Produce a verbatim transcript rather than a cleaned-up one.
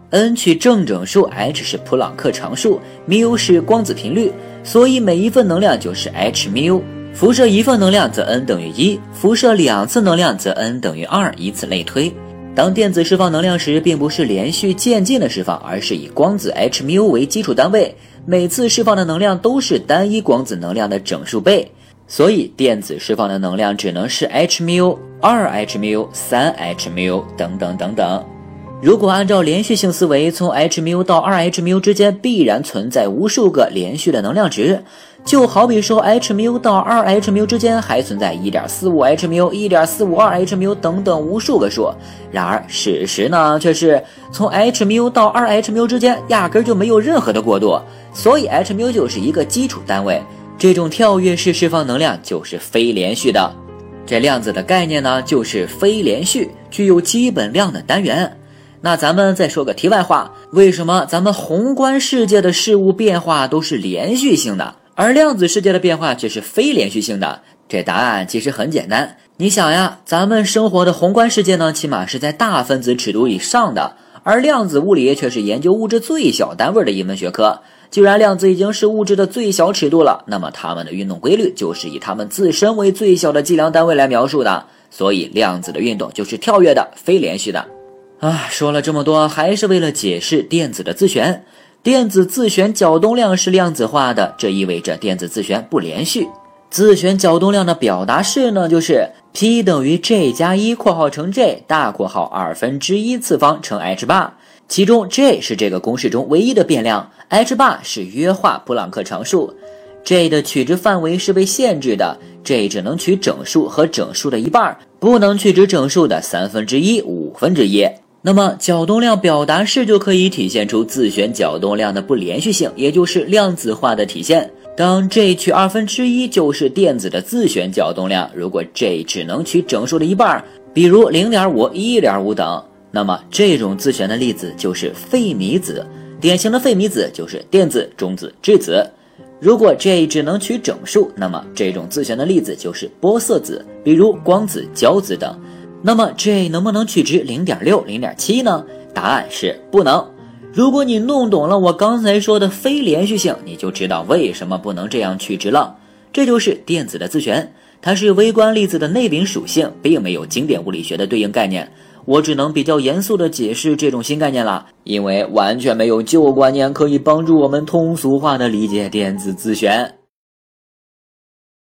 n 取正整数 h 是普朗克常数 ，μ 是光子频率，所以每一份能量就是 h μ。辐射一份能量则 n 等于一，辐射两次能量则 n 等于二，以此类推。当电子释放能量时，并不是连续渐进的释放，而是以光子 h μ 为基础单位，每次释放的能量都是单一光子能量的整数倍，所以电子释放的能量只能是 h μ、二 h μ、三 h μ 等等等等。如果按照连续性思维，从 h μ 到 二 h μ 之间必然存在无数个连续的能量值，就好比说 h μ 到 二 h μ 之间还存在 一点四五 h μ、一点四五二 h μ 等等无数个数。然而事实呢，却是从 h μ 到 二 h μ 之间压根就没有任何的过渡，所以 h μ 就是一个基础单位。这种跳跃式释放能量就是非连续的。这量子的概念呢，就是非连续，具有基本量的单元。那咱们再说个题外话，为什么咱们宏观世界的事物变化都是连续性的，而量子世界的变化却是非连续性的？这答案其实很简单，你想呀，咱们生活的宏观世界呢，起码是在大分子尺度以上的，而量子物理却是研究物质最小单位的一门学科。既然量子已经是物质的最小尺度了，那么它们的运动规律就是以它们自身为最小的计量单位来描述的，所以量子的运动就是跳跃的、非连续的。啊，说了这么多，还是为了解释电子的自旋。电子自旋角动量是量子化的，这意味着电子自旋不连续。自旋角动量的表达式呢，就是 P 等于 J 加一括号乘 J 大括号二分之一次方乘 h 八，其中 J 是这个公式中唯一的变量 ，h 八是约化普朗克常数。J 的取值范围是被限制的 ，J 只能取整数和整数的一半，不能取值整数的三分之一、五分之一。那么角动量表达式就可以体现出自旋角动量的不连续性，也就是量子化的体现。当 J 取二分之一就是电子的自旋角动量，如果 J 只能取整数的一半，比如 零点五、一点五 等，那么这种自旋的粒子就是费米子。典型的费米子就是电子、中子、质子。如果 J 只能取整数，那么这种自旋的粒子就是玻色子，比如光子、胶子等。那么 J 能不能取值 零点六、零点七 呢？答案是不能。如果你弄懂了我刚才说的非连续性，你就知道为什么不能这样取值了。这就是电子的自旋，它是微观粒子的内禀属性，并没有经典物理学的对应概念。我只能比较严肃地解释这种新概念了，因为完全没有旧观念可以帮助我们通俗化地理解电子自旋。